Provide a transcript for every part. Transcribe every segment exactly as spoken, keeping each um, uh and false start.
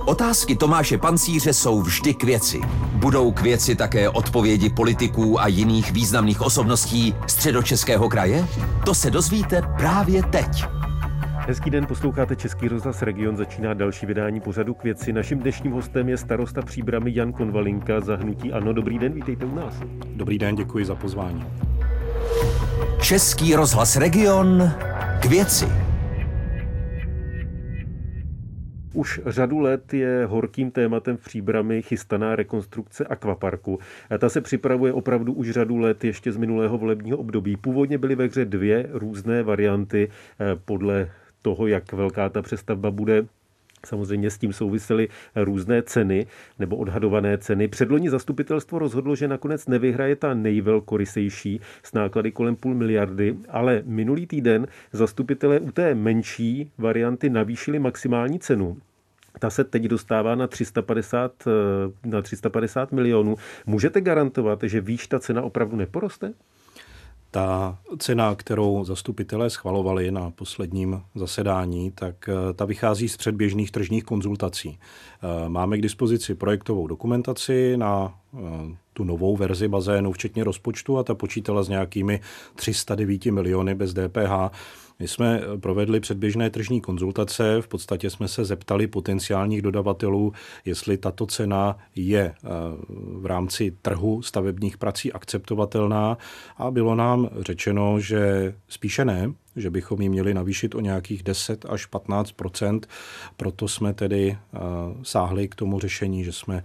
Otázky Tomáše Pancíře jsou vždy k věci. Budou k věci také odpovědi politiků a jiných významných osobností Středočeského kraje? To se dozvíte právě teď. Hezký den, posloucháte Český rozhlas Region, začíná další vydání pořadu K věci. Naším dnešním hostem je starosta Příbrami Jan Konvalinka za hnutí ANO. Dobrý den, vítejte u nás. Dobrý den, děkuji za pozvání. Český rozhlas Region K věci. Už řadu let je horkým tématem v Příbrami chystaná rekonstrukce akvaparku. Ta se připravuje opravdu už řadu let, ještě z minulého volebního období. Původně byly ve hře dvě různé varianty podle toho, jak velká ta přestavba bude. Samozřejmě s tím souvisely různé ceny nebo odhadované ceny. Předloni zastupitelstvo rozhodlo, že nakonec nevyhraje ta nejvelkorysejší s náklady kolem půl miliardy, ale minulý týden zastupitelé u té menší varianty navýšili maximální cenu. Ta se teď dostává na tři sta padesát, na tři sta padesát milionů. Můžete garantovat, že výš ta cena opravdu neporoste? Ta cena, kterou zastupitelé schvalovali na posledním zasedání, tak ta vychází z předběžných tržních konzultací. Máme k dispozici projektovou dokumentaci na tu novou verzi bazénu, včetně rozpočtu, a ta počítala s nějakými tři sta devět miliony bez D P H. My jsme provedli předběžné tržní konzultace, v podstatě jsme se zeptali potenciálních dodavatelů, jestli tato cena je v rámci trhu stavebních prací akceptovatelná, a bylo nám řečeno, že spíše ne, že bychom ji měli navýšit o nějakých deset až patnáct procent, proto jsme tedy sáhli k tomu řešení, že jsme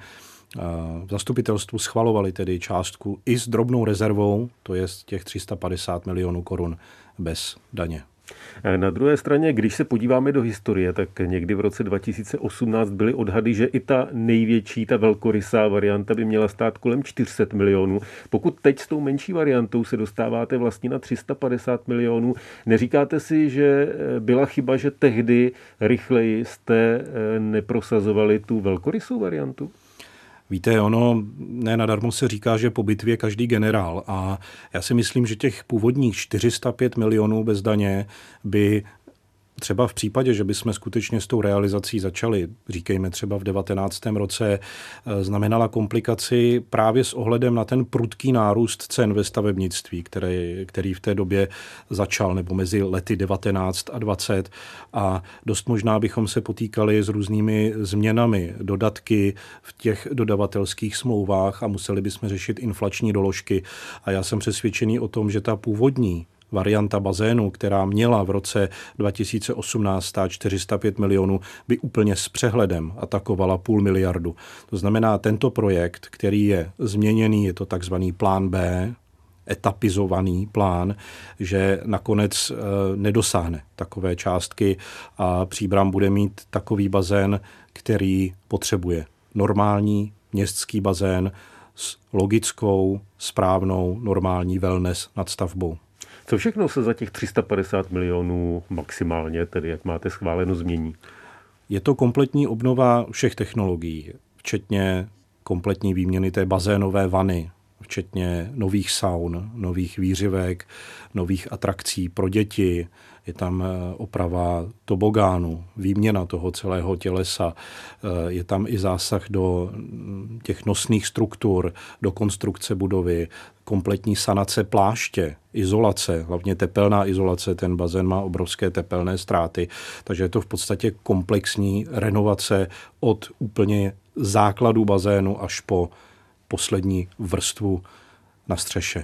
v zastupitelstvu schvalovali tedy částku i s drobnou rezervou, to je těch tři sta padesát milionů korun bez daně. Na druhé straně, když se podíváme do historie, tak někdy v roce dva tisíce osmnáct byly odhady, že i ta největší, ta velkorysá varianta by měla stát kolem čtyři sta milionů. Pokud teď s tou menší variantou se dostáváte vlastně na tři sta padesát milionů, neříkáte si, že byla chyba, že tehdy rychleji jste neprosazovali tu velkorysou variantu? Víte, ono ne nadarmo se říká, že po bitvě každý generál, a já si myslím, že těch původních čtyři sta pět milionů bez daně by třeba v případě, že bychom skutečně s tou realizací začali, říkejme třeba v devatenáctém roce, znamenala komplikaci právě s ohledem na ten prudký nárůst cen ve stavebnictví, který, který v té době začal, nebo mezi lety devatenáct a dvacet, a dost možná bychom se potýkali s různými změnami, dodatky v těch dodavatelských smlouvách a museli bychom řešit inflační doložky. A já jsem přesvědčený o tom, že ta původní varianta bazénu, která měla v roce dva tisíce osmnáct stát čtyři sta pět milionů, by úplně s přehledem atakovala půl miliardu. To znamená, tento projekt, který je změněný, je to takzvaný plán B, etapizovaný plán, že nakonec e, nedosáhne takové částky a Příbram bude mít takový bazén, který potřebuje. Normální městský bazén s logickou, správnou, normální wellness nadstavbou. Co všechno se za těch tři sta padesát milionů maximálně, tedy jak máte schváleno, změní? Je to kompletní obnova všech technologií, včetně kompletní výměny té bazénové vany, včetně nových saun, nových výřivek, nových atrakcí pro děti. Je tam oprava tobogánu, výměna toho celého tělesa. Je tam i zásah do těch nosných struktur, do konstrukce budovy, kompletní sanace pláště, izolace, hlavně tepelná izolace. Ten bazén má obrovské tepelné ztráty, takže je to v podstatě komplexní renovace od úplně základu bazénu až po poslední vrstvu na střeše.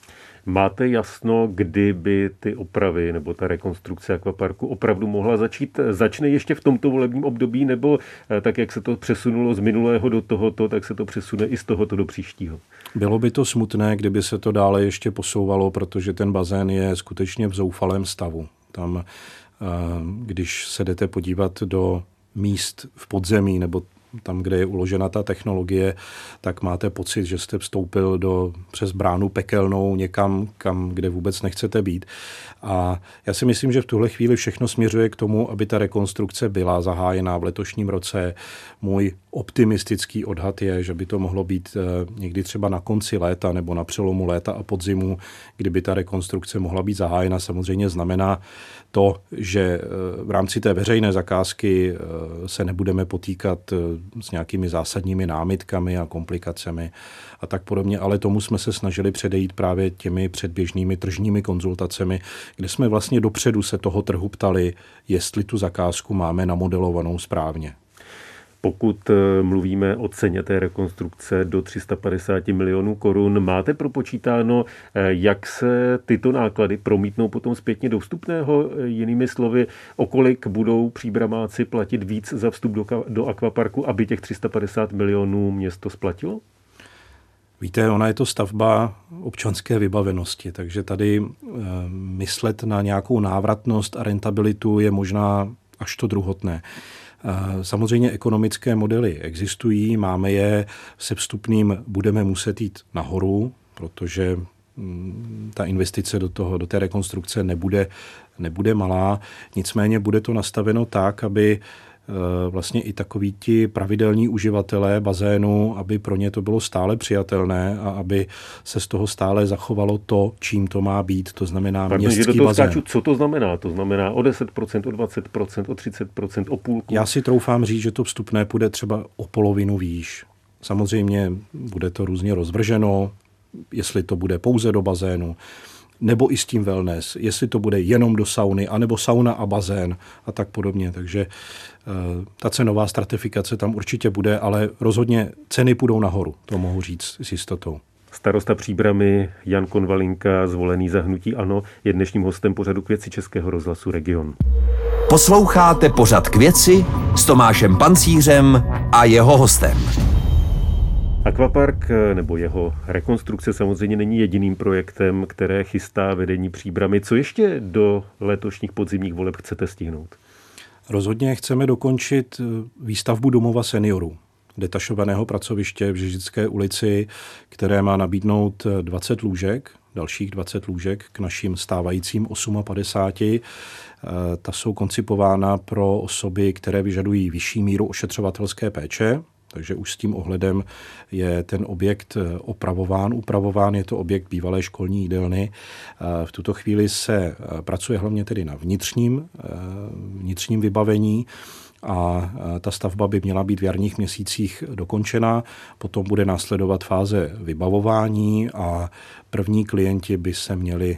Máte jasno, kdy by ty opravy nebo ta rekonstrukce akvaparku opravdu mohla začít? Začne ještě v tomto volebním období, nebo tak, jak se to přesunulo z minulého do tohoto, tak se to přesune i z tohoto do příštího? Bylo by to smutné, kdyby se to dále ještě posouvalo, protože ten bazén je skutečně v zoufalém stavu. Tam, když se jdete podívat do míst v podzemí nebo tam, kde je uložena ta technologie, tak máte pocit, že jste vstoupil do, přes bránu pekelnou někam, kam, kde vůbec nechcete být. A já si myslím, že v tuhle chvíli všechno směřuje k tomu, aby ta rekonstrukce byla zahájená v letošním roce. Můj optimistický odhad je, že by to mohlo být někdy třeba na konci léta nebo na přelomu léta a podzimu, kdyby ta rekonstrukce mohla být zahájena. Samozřejmě znamená to, že v rámci té veřejné zakázky se nebudeme potýkat s nějakými zásadními námitkami a komplikacemi a tak podobně, ale tomu jsme se snažili předejít právě těmi předběžnými tržními konzultacemi, kde jsme vlastně dopředu se toho trhu ptali, jestli tu zakázku máme namodelovanou správně. Pokud mluvíme o ceně té rekonstrukce do tři sta padesát milionů korun, máte propočítáno, jak se tyto náklady promítnou potom zpětně do vstupného? Jinými slovy, o kolik budou příbramáci platit víc za vstup do, do akvaparku, aby těch tři sta padesát milionů město splatilo? Víte, ona je to stavba občanské vybavenosti, takže tady myslet na nějakou návratnost a rentabilitu je možná až to druhotné. Samozřejmě ekonomické modely existují, máme je, se vstupným budeme muset jít nahoru, protože ta investice do toho, do té rekonstrukce nebude, nebude malá, nicméně bude to nastaveno tak, aby vlastně i takoví ti pravidelní uživatelé bazénu, aby pro ně to bylo stále přijatelné a aby se z toho stále zachovalo to, čím to má být, to znamená Pardon, městský že do toho bazén. Skáču, co to znamená? To znamená o deset procent, o dvacet procent, o třicet procent, o půlku? Já si troufám říct, že to vstupné půjde třeba o polovinu výš. Samozřejmě bude to různě rozvrženo, jestli to bude pouze do bazénu, nebo i s tím wellness, jestli to bude jenom do sauny, anebo sauna a bazén a tak podobně. Takže ta cenová stratifikace tam určitě bude, ale rozhodně ceny půjdou nahoru, to mohu říct s jistotou. Starosta Příbrami Jan Konvalinka, zvolený za hnutí ANO, je dnešním hostem pořadu K věci Českého rozhlasu Region. Posloucháte pořad K věci s Tomášem Pancířem a jeho hostem. Akvapark nebo jeho rekonstrukce samozřejmě není jediným projektem, které chystá vedení Příbrami. Co ještě do letošních podzimních voleb chcete stihnout? Rozhodně chceme dokončit výstavbu domova seniorů, detašovaného pracoviště v Žežické ulici, které má nabídnout dvacet lůžek, dalších dvacet lůžek k našim stávajícím padesáti osmi. Ta jsou koncipována pro osoby, které vyžadují vyšší míru ošetřovatelské péče. Takže už s tím ohledem je ten objekt opravován, upravován, je to objekt bývalé školní jídelny. V tuto chvíli se pracuje hlavně tedy na vnitřním, vnitřním vybavení a ta stavba by měla být v jarních měsících dokončena. Potom bude následovat fáze vybavování a první klienti by se měli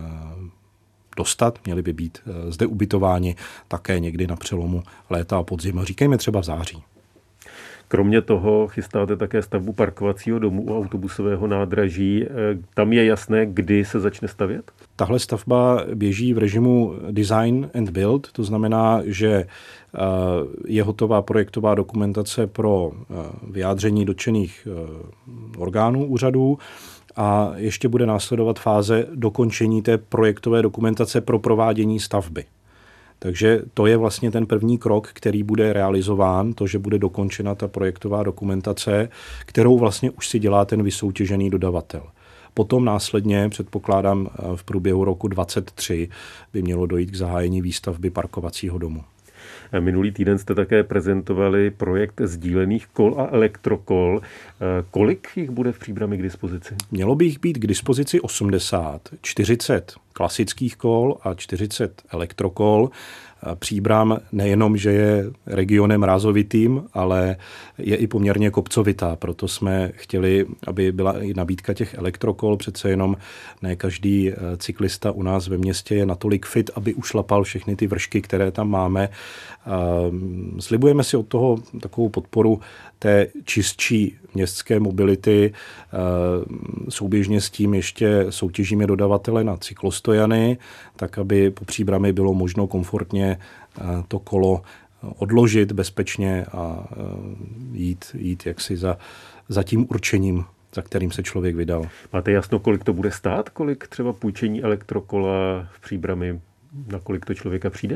dostat, měli by být zde ubytováni také někdy na přelomu léta a podzimu, říkejme třeba v září. Kromě toho chystáte také stavbu parkovacího domu u autobusového nádraží. Tam je jasné, kdy se začne stavět? Tahle stavba běží v režimu design and build, to znamená, že je hotová projektová dokumentace pro vyjádření dotčených orgánů úřadů a ještě bude následovat fáze dokončení té projektové dokumentace pro provádění stavby. Takže to je vlastně ten první krok, který bude realizován, to, že bude dokončena ta projektová dokumentace, kterou vlastně už si dělá ten vysoutěžený dodavatel. Potom následně, předpokládám, v průběhu roku dvacet tři by mělo dojít k zahájení výstavby parkovacího domu. Minulý týden jste také prezentovali projekt sdílených kol a elektrokol. Kolik jich bude v Příbrami k dispozici? Mělo by jich být k dispozici osmdesát, čtyřicet klasických kol a čtyřicet elektrokol. Příbram nejenom, že je regionem rázovitým, ale je i poměrně kopcovitá, proto jsme chtěli, aby byla i nabídka těch elektrokol, přece jenom ne každý cyklista u nás ve městě je natolik fit, aby ušlapal všechny ty vršky, které tam máme. Slibujeme si od toho takovou podporu té čistší městské mobility. Souběžně s tím ještě soutěžíme dodavatele na cyklostojany, tak aby po Příbrami bylo možno komfortně to kolo odložit bezpečně a jít, jít jaksi za, za tím určením, za kterým se člověk vydal. Máte jasno, kolik to bude stát? Kolik třeba půjčení elektrokola v Příbrami, na kolik to člověka přijde?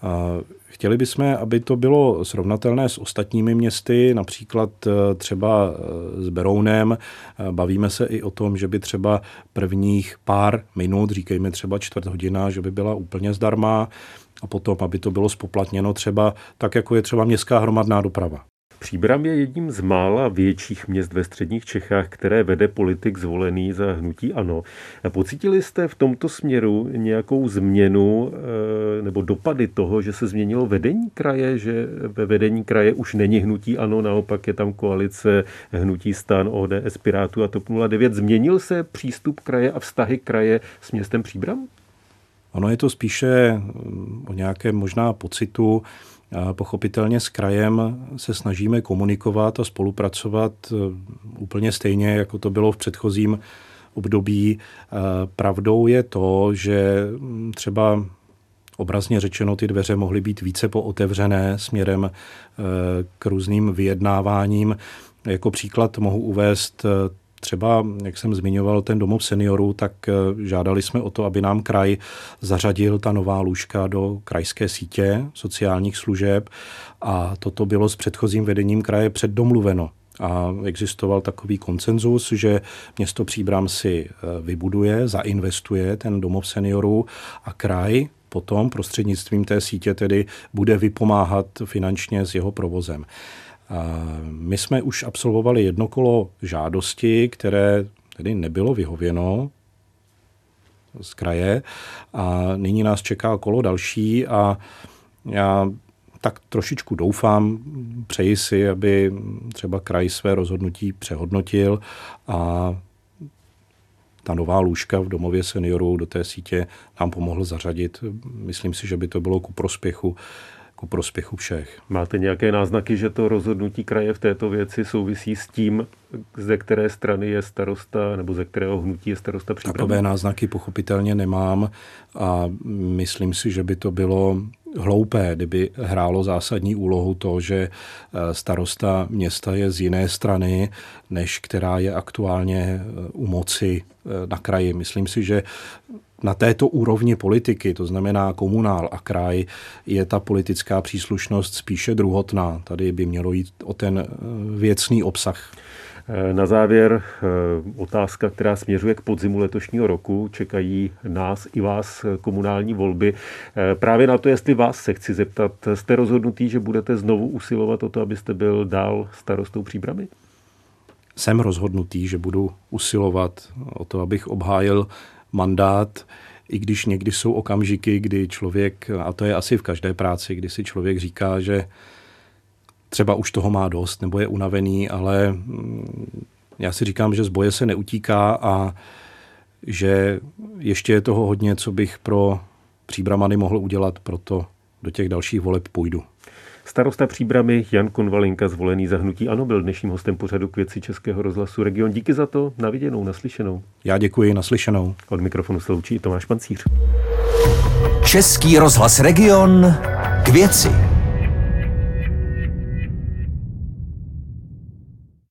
Chtěli bychom, aby to bylo srovnatelné s ostatními městy, například třeba s Berounem. Bavíme se i o tom, že by třeba prvních pár minut, říkejme třeba čtvrt hodina, že by byla úplně zdarma a potom, aby to bylo spoplatněno třeba tak, jako je třeba městská hromadná doprava. Příbram je jedním z mála větších měst ve středních Čechách, které vede politik zvolený za hnutí ANO. Pocítili jste v tomto směru nějakou změnu nebo dopady toho, že se změnilo vedení kraje, že ve vedení kraje už není hnutí ANO, naopak je tam koalice hnutí STAN, O D S, Pirátů a TOP nula devět. Změnil se přístup kraje a vztahy kraje s městem Příbram? Ono je to spíše o nějakém možná pocitu. Pochopitelně s krajem se snažíme komunikovat a spolupracovat úplně stejně, jako to bylo v předchozím období. Pravdou je to, že třeba obrazně řečeno ty dveře mohly být více pootevřené směrem k různým vyjednáváním. Jako příklad mohu uvést třeba, jak jsem zmiňoval, ten domov seniorů, tak žádali jsme o to, aby nám kraj zařadil ta nová lůžka do krajské sítě sociálních služeb a toto bylo s předchozím vedením kraje předdomluveno. A existoval takový konsenzus, že město Příbram si vybuduje, zainvestuje ten domov seniorů a kraj potom prostřednictvím té sítě tedy bude vypomáhat finančně s jeho provozem. My jsme už absolvovali jedno kolo žádosti, které tedy nebylo vyhověno z kraje a nyní nás čeká kolo další a já tak trošičku doufám, přeji si, aby třeba kraj své rozhodnutí přehodnotil a ta nová lůžka v domově seniorů do té sítě nám pomohl zařadit. Myslím si, že by to bylo ku prospěchu ku prospěchu všech. Máte nějaké náznaky, že to rozhodnutí kraje v této věci souvisí s tím, ze které strany je starosta, nebo ze kterého hnutí je starosta Příbram? Takové náznaky pochopitelně nemám a myslím si, že by to bylo hloupé, kdyby hrálo zásadní úlohu to, že starosta města je z jiné strany, než která je aktuálně u moci na kraji. Myslím si, že na této úrovni politiky, to znamená komunál a kraj, je ta politická příslušnost spíše druhotná. Tady by mělo jít o ten věcný obsah. Na závěr otázka, která směřuje k podzimu letošního roku. Čekají nás i vás komunální volby. Právě na to, jestli vás se chci zeptat, jste rozhodnutý, že budete znovu usilovat o to, abyste byl dál starostou Příbramy? Jsem rozhodnutý, že budu usilovat o to, abych obhájil mandát, i když někdy jsou okamžiky, kdy člověk, a to je asi v každé práci, kdy si člověk říká, že třeba už toho má dost, nebo je unavený, ale já si říkám, že z boje se neutíká a že ještě je toho hodně, co bych pro Příbramany mohl udělat, proto do těch dalších voleb půjdu. Starosta Příbramy Jan Konvalinka, zvolený za hnutí ANO, byl dnešním hostem pořadu K věci Českého rozhlasu Region. Díky za to, na viděnou, naslyšenou. Já děkuji, naslyšenou. Od mikrofonu se loučí Tomáš Pancíř. Český rozhlas Region K věci.